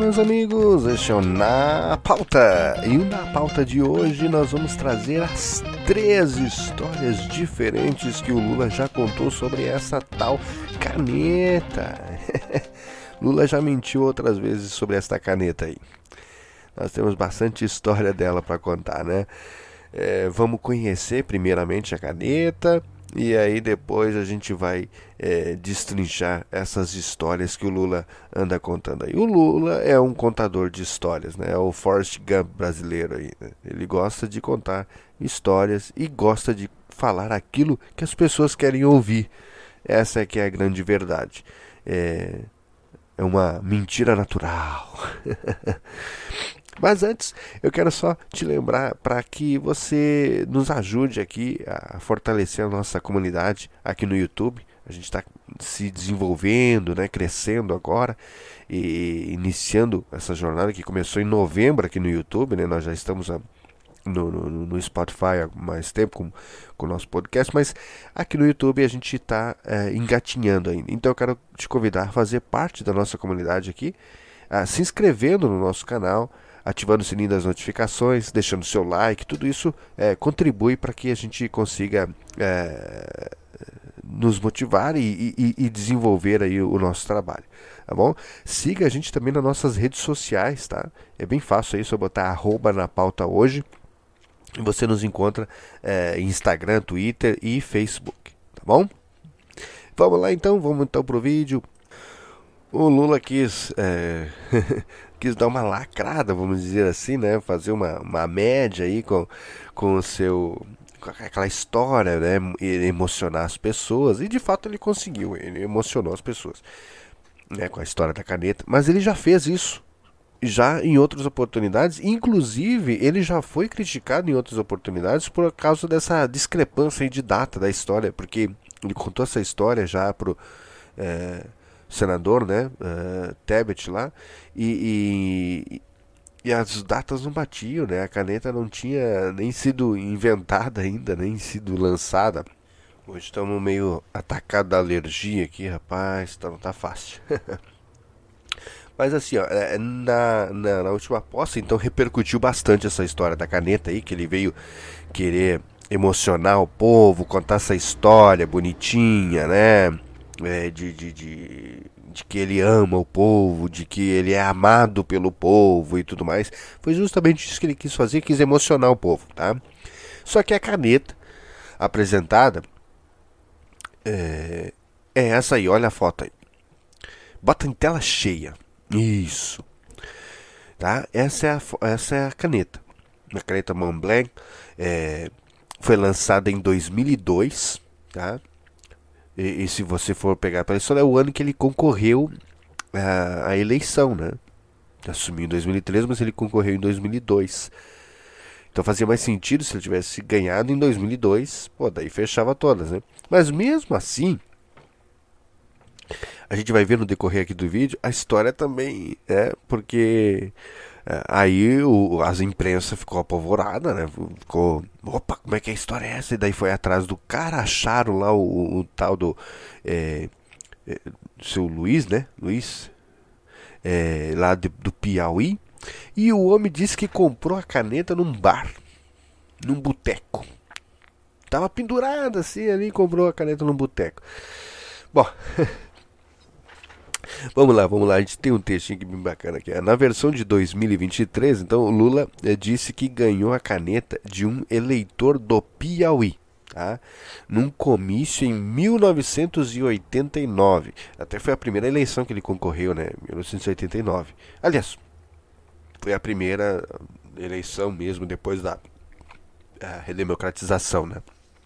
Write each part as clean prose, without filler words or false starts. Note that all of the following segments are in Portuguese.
meus amigos, este é o Na Pauta. E o Na Pauta de hoje nós vamos trazer as 3 histórias diferentes que o Lula já contou sobre essa tal caneta. Lula já mentiu outras vezes sobre esta caneta aí. Nós temos bastante história dela para contar, né? Vamos conhecer primeiramente a caneta e aí depois a gente vai destrinchar essas histórias que o Lula anda contando aí. O Lula é um contador de histórias, né? É o Forrest Gump brasileiro aí, né? Ele gosta de contar histórias e gosta de falar aquilo que as pessoas querem ouvir. Essa é que é a grande verdade. É uma mentira natural. Mas antes, eu quero só te lembrar para que você nos ajude aqui a fortalecer a nossa comunidade aqui no YouTube. A gente está se desenvolvendo, né, crescendo agora e iniciando essa jornada que começou em novembro aqui no YouTube, né? Nós já estamos no Spotify há mais tempo com o nosso podcast, mas aqui no YouTube a gente está engatinhando ainda. Então eu quero te convidar a fazer parte da nossa comunidade aqui, se inscrevendo no nosso canal, ativando o sininho das notificações, deixando seu like. Tudo isso contribui para que a gente consiga nos motivar e desenvolver aí o nosso trabalho, tá bom? Siga a gente também nas nossas redes sociais, tá? É bem fácil aí, só botar @napauta_hoje e você nos encontra em Instagram, Twitter e Facebook, tá bom? Vamos lá então, vamos então pro vídeo. O Lula quis quis dar uma lacrada, vamos dizer assim, né? Fazer uma média aí com o seu, com aquela história, né? Emocionar as pessoas. E de fato ele conseguiu, ele emocionou as pessoas, né? Com a história da caneta. Mas ele já fez isso já em outras oportunidades. Inclusive ele já foi criticado em outras oportunidades por causa dessa discrepância aí de data da história, porque ele contou essa história já pro senador, né, Tebet lá, e as datas não batiam, né? A caneta não tinha nem sido inventada ainda, nem sido lançada. Hoje estamos meio atacados da alergia aqui, rapaz, então não tá fácil. Mas assim, ó, na última posse, então repercutiu bastante essa história da caneta aí, que ele veio querer emocionar o povo, contar essa história bonitinha, né? De que ele ama o povo, de que ele é amado pelo povo e tudo mais. Foi justamente isso que ele quis fazer, quis emocionar o povo, tá? Só que a caneta apresentada é essa aí, olha a foto aí. Bota em tela cheia. Isso, tá? Essa é a caneta. A caneta Montblanc foi lançada em 2002, tá? E se você for pegar para isso, é o ano que ele concorreu à eleição, né? Assumiu em 2013, mas ele concorreu em 2002. Então fazia mais sentido se ele tivesse ganhado em 2002. Pô, daí fechava todas, né? Mas mesmo assim, a gente vai ver no decorrer aqui do vídeo, a história também porque aí as imprensa ficou apavorada, né? Ficou, opa, como é que a história é essa? E daí foi atrás do cara, acharam lá o tal do seu Luiz, né? Luiz, lá do Piauí. E o homem disse que comprou a caneta num bar, num boteco. Tava pendurada assim ali, comprou a caneta num boteco. Bom, vamos lá, a gente tem um textinho aqui bem bacana aqui. Na versão de 2023, então, o Lula disse que ganhou a caneta de um eleitor do Piauí, tá? Num comício em 1989. Até foi a primeira eleição que ele concorreu, né? 1989. Aliás, foi a primeira eleição mesmo depois da redemocratização, né?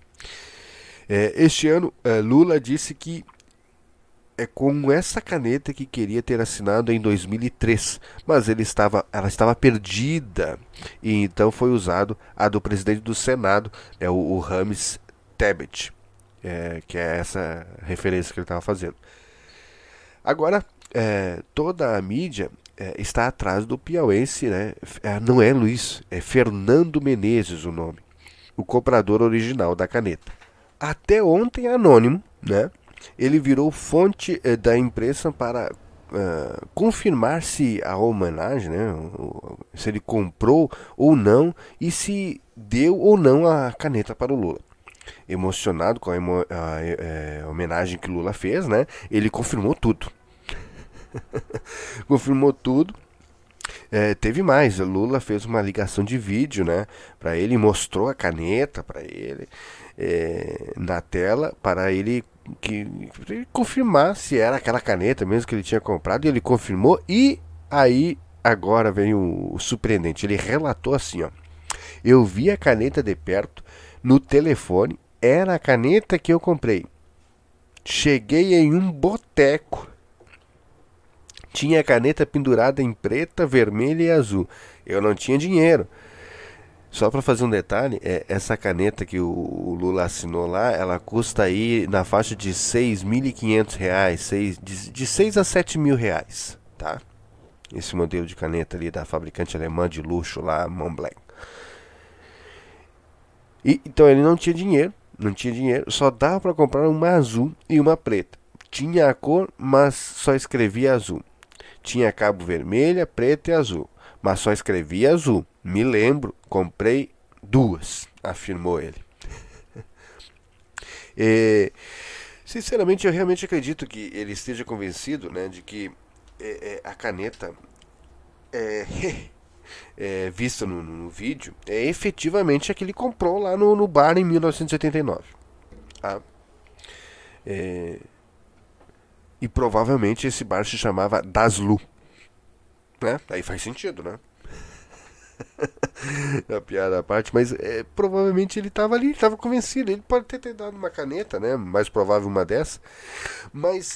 Este ano, Lula disse que é com essa caneta que queria ter assinado em 2003, mas ela estava perdida e então foi usado a do presidente do Senado, o Rames Tebet, que é essa referência que ele estava fazendo. Agora, toda a mídia está atrás do piauense, né? Não é Luiz, é Fernando Menezes o nome, o comprador original da caneta. Até ontem anônimo, né? Ele virou fonte da imprensa para confirmar se a homenagem, né, se ele comprou ou não e se deu ou não a caneta para o Lula. Emocionado com a homenagem que Lula fez, né, ele confirmou tudo. Confirmou tudo. Teve mais, o Lula fez uma ligação de vídeo, né, para ele, mostrou a caneta para ele na tela, para ele pra ele confirmar se era aquela caneta mesmo que ele tinha comprado, e ele confirmou. E aí agora vem o surpreendente, ele relatou assim, ó: eu vi a caneta de perto no telefone, era a caneta que eu comprei. Cheguei em um boteco, tinha a caneta pendurada em preta, vermelha e azul. Eu não tinha dinheiro. Só para fazer um detalhe, essa caneta que o Lula assinou lá, ela custa aí na faixa de R$ 6.500, de 6 a 7 mil reais, tá? Esse modelo de caneta ali da fabricante alemã de luxo lá, Montblanc. Então ele não tinha dinheiro, só dava para comprar uma azul e uma preta. Tinha a cor, mas só escrevia azul. Tinha cabo vermelha, preta e azul, mas só escrevia azul. Me lembro, comprei duas, afirmou ele. Sinceramente, eu realmente acredito que ele esteja convencido, né, de que a caneta vista no vídeo é efetivamente a que ele comprou lá no bar em 1989. Tá? E provavelmente esse bar se chamava Daslu. Né? Aí faz sentido, né? A piada à parte, mas provavelmente ele estava ali, estava convencido. Ele pode ter dado uma caneta, né? Mais provável uma dessa. Mas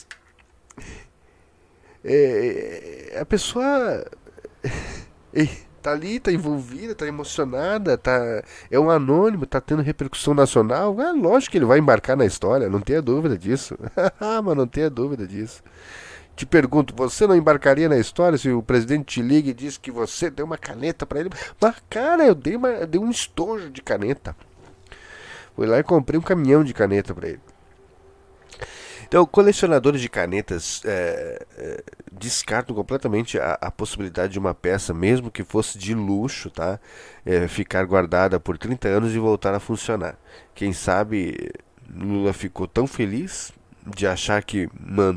a pessoa tá ali, tá envolvida, tá emocionada, é um anônimo, tá tendo repercussão nacional. É lógico que ele vai embarcar na história, não tenha dúvida disso. Mas não tenha dúvida disso. Te pergunto, você não embarcaria na história se o presidente te liga e diz que você deu uma caneta para ele? Mas, cara, eu dei um estojo de caneta. Fui lá e comprei um caminhão de caneta para ele. Então, colecionadores de canetas descartam completamente a possibilidade de uma peça, mesmo que fosse de luxo, tá? Ficar guardada por 30 anos e voltar a funcionar. Quem sabe Lula ficou tão feliz de achar que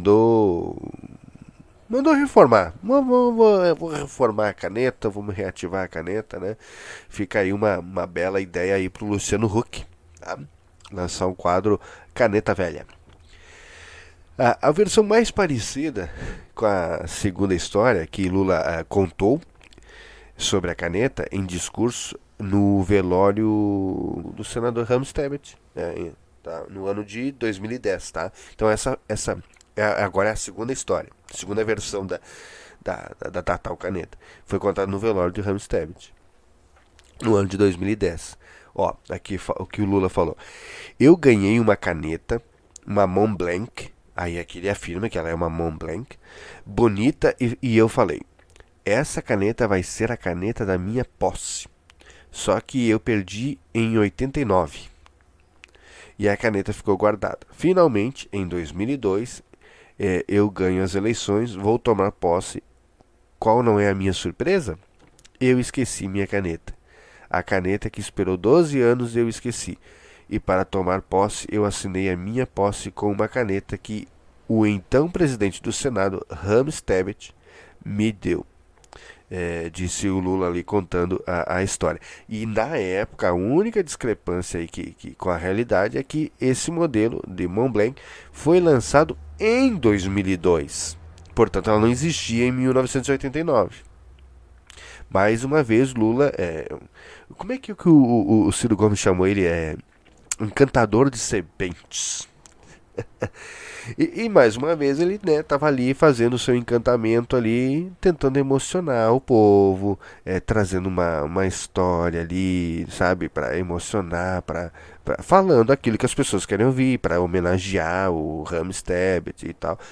mandou reformar. Vou reformar a caneta, vamos reativar a caneta, né? Fica aí uma bela ideia aí pro Luciano Huck, tá? Lançar um quadro Caneta Velha. A versão mais parecida com a segunda história que Lula contou sobre a caneta em discurso no velório do senador Ramos Tebet, tá? No ano de 2010, tá? Então essa agora é a segunda história, a segunda versão da tal caneta. Foi contada no velório de Ramos Tebet, no ano de 2010. Ó, aqui o que o Lula falou: eu ganhei uma caneta, uma Montblanc. Aí aqui ele afirma que ela é uma Montblanc, bonita, e eu falei: essa caneta vai ser a caneta da minha posse. Só que eu perdi em 89. E a caneta ficou guardada. Finalmente, em 2002, eu ganho as eleições, vou tomar posse. Qual não é a minha surpresa? Eu esqueci minha caneta. A caneta que esperou 12 anos eu esqueci. E para tomar posse, eu assinei a minha posse com uma caneta que o então presidente do Senado, Ramos Tebet, me deu. Disse o Lula ali contando a história. E na época, a única discrepância aí com a realidade é que esse modelo de Montblanc foi lançado em 2002. Portanto, ela não existia em 1989. Mais uma vez, Lula... como é que o Ciro Gomes chamou ele? Encantador de serpentes. E mais uma vez ele estava ali fazendo o seu encantamento ali, tentando emocionar o povo, trazendo uma história ali, sabe, para emocionar, falando aquilo que as pessoas querem ouvir, para homenagear o Ramos Tebet e tal.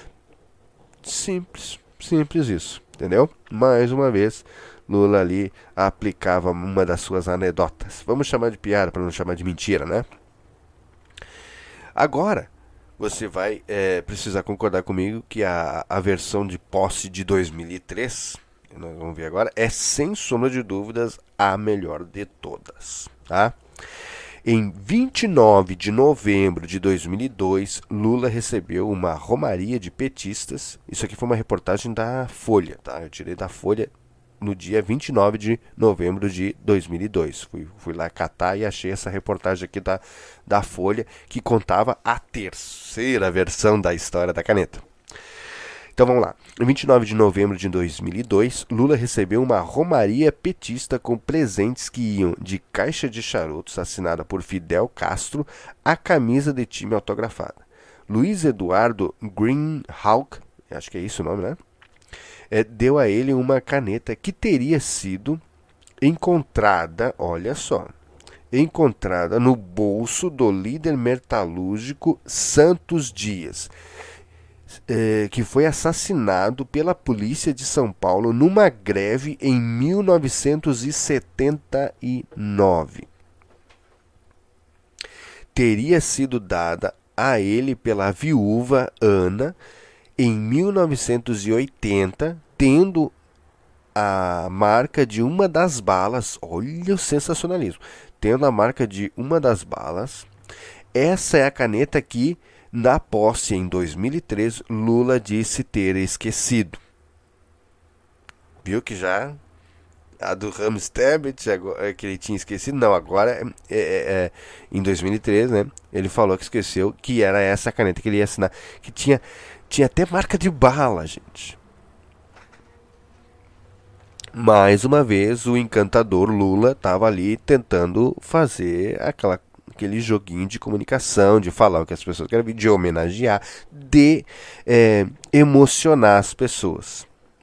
Simples isso, entendeu? Mais uma vez, Lula ali aplicava uma das suas anedotas. Vamos chamar de piada para não chamar de mentira, né? Agora, você vai precisar concordar comigo que a versão de posse de 2003, nós vamos ver agora, é sem sombra de dúvidas a melhor de todas, tá? Em 29 de novembro de 2002, Lula recebeu uma romaria de petistas. Isso aqui foi uma reportagem da Folha, tá? Eu tirei da Folha no dia 29 de novembro de 2002. Fui lá catar e achei essa reportagem aqui da Folha, que contava a terceira versão da história da caneta. Então vamos lá. Em 29 de novembro de 2002, Lula recebeu uma romaria petista com presentes que iam de caixa de charutos assinada por Fidel Castro a camisa de time autografada. Luiz Eduardo Greenhalgh, acho que é isso o nome, né? Deu a ele uma caneta que teria sido encontrada, olha só, encontrada no bolso do líder metalúrgico Santos Dias, que foi assassinado pela polícia de São Paulo numa greve em 1979. Teria sido dada a ele pela viúva Ana em 1980, tendo a marca de uma das balas. Olha o sensacionalismo! Tendo a marca de uma das balas. Essa é a caneta que, na posse em 2003, Lula disse ter esquecido. Viu que já a do Ramstedt, que ele tinha esquecido, não, agora em 2003, né? Ele falou que esqueceu que era essa caneta que ele ia assinar, que tinha até marca de bala, gente. Mais uma vez, o encantador Lula estava ali tentando fazer aquele joguinho de comunicação, de falar o que as pessoas querem ver, de homenagear, de emocionar as pessoas.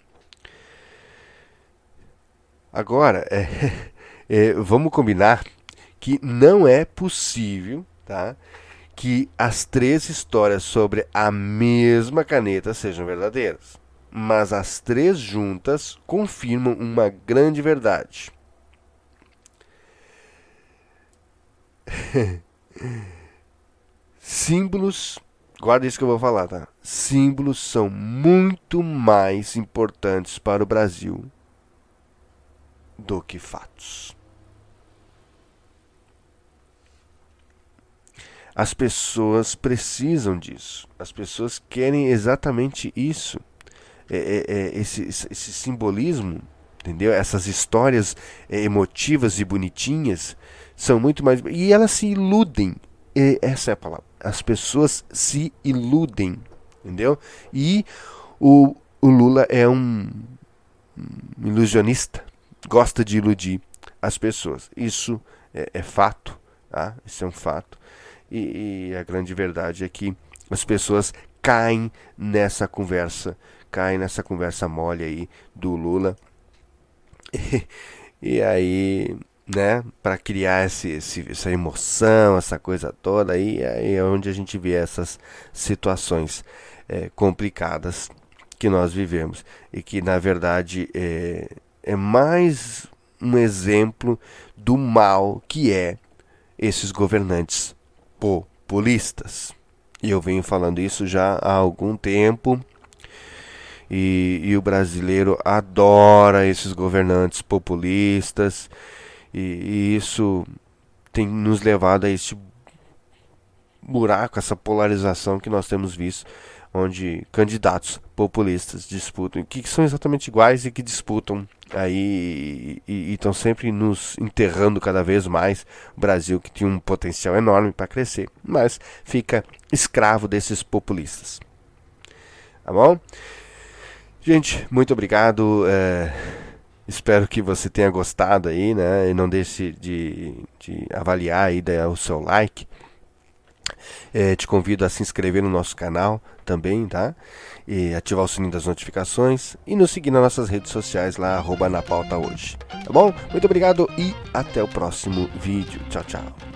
Agora, vamos combinar que não é possível, tá, que as três histórias sobre a mesma caneta sejam verdadeiras. Mas as três juntas confirmam uma grande verdade. Símbolos, guarda isso que eu vou falar, tá? Símbolos são muito mais importantes para o Brasil do que fatos. As pessoas precisam disso. As pessoas querem exatamente isso. Esse simbolismo, entendeu? Essas histórias emotivas e bonitinhas são muito mais. E elas se iludem. Essa é a palavra. As pessoas se iludem, entendeu? E o Lula é um ilusionista. Gosta de iludir as pessoas. Isso é fato, tá? Isso é um fato. E a grande verdade é que as pessoas caem nessa conversa mole aí do Lula. E aí, né, para criar essa emoção, essa coisa toda, aí é onde a gente vê essas situações complicadas que nós vivemos. E que, na verdade, é mais um exemplo do mal que esses governantes populistas. E eu venho falando isso já há algum tempo. E o brasileiro adora esses governantes populistas. E isso tem nos levado a esse buraco, essa polarização que nós temos visto, onde candidatos populistas disputam, que são exatamente iguais e que disputam aí e estão sempre nos enterrando cada vez mais. O Brasil, que tinha um potencial enorme para crescer, mas fica escravo desses populistas. Tá bom? Gente, muito obrigado. Espero que você tenha gostado aí, né? E não deixe de avaliar aí, dar o seu like. Te convido a se inscrever no nosso canal também, tá? E ativar o sininho das notificações e nos seguir nas nossas redes sociais lá, @napauta hoje. Tá bom? Muito obrigado e até o próximo vídeo. Tchau, tchau.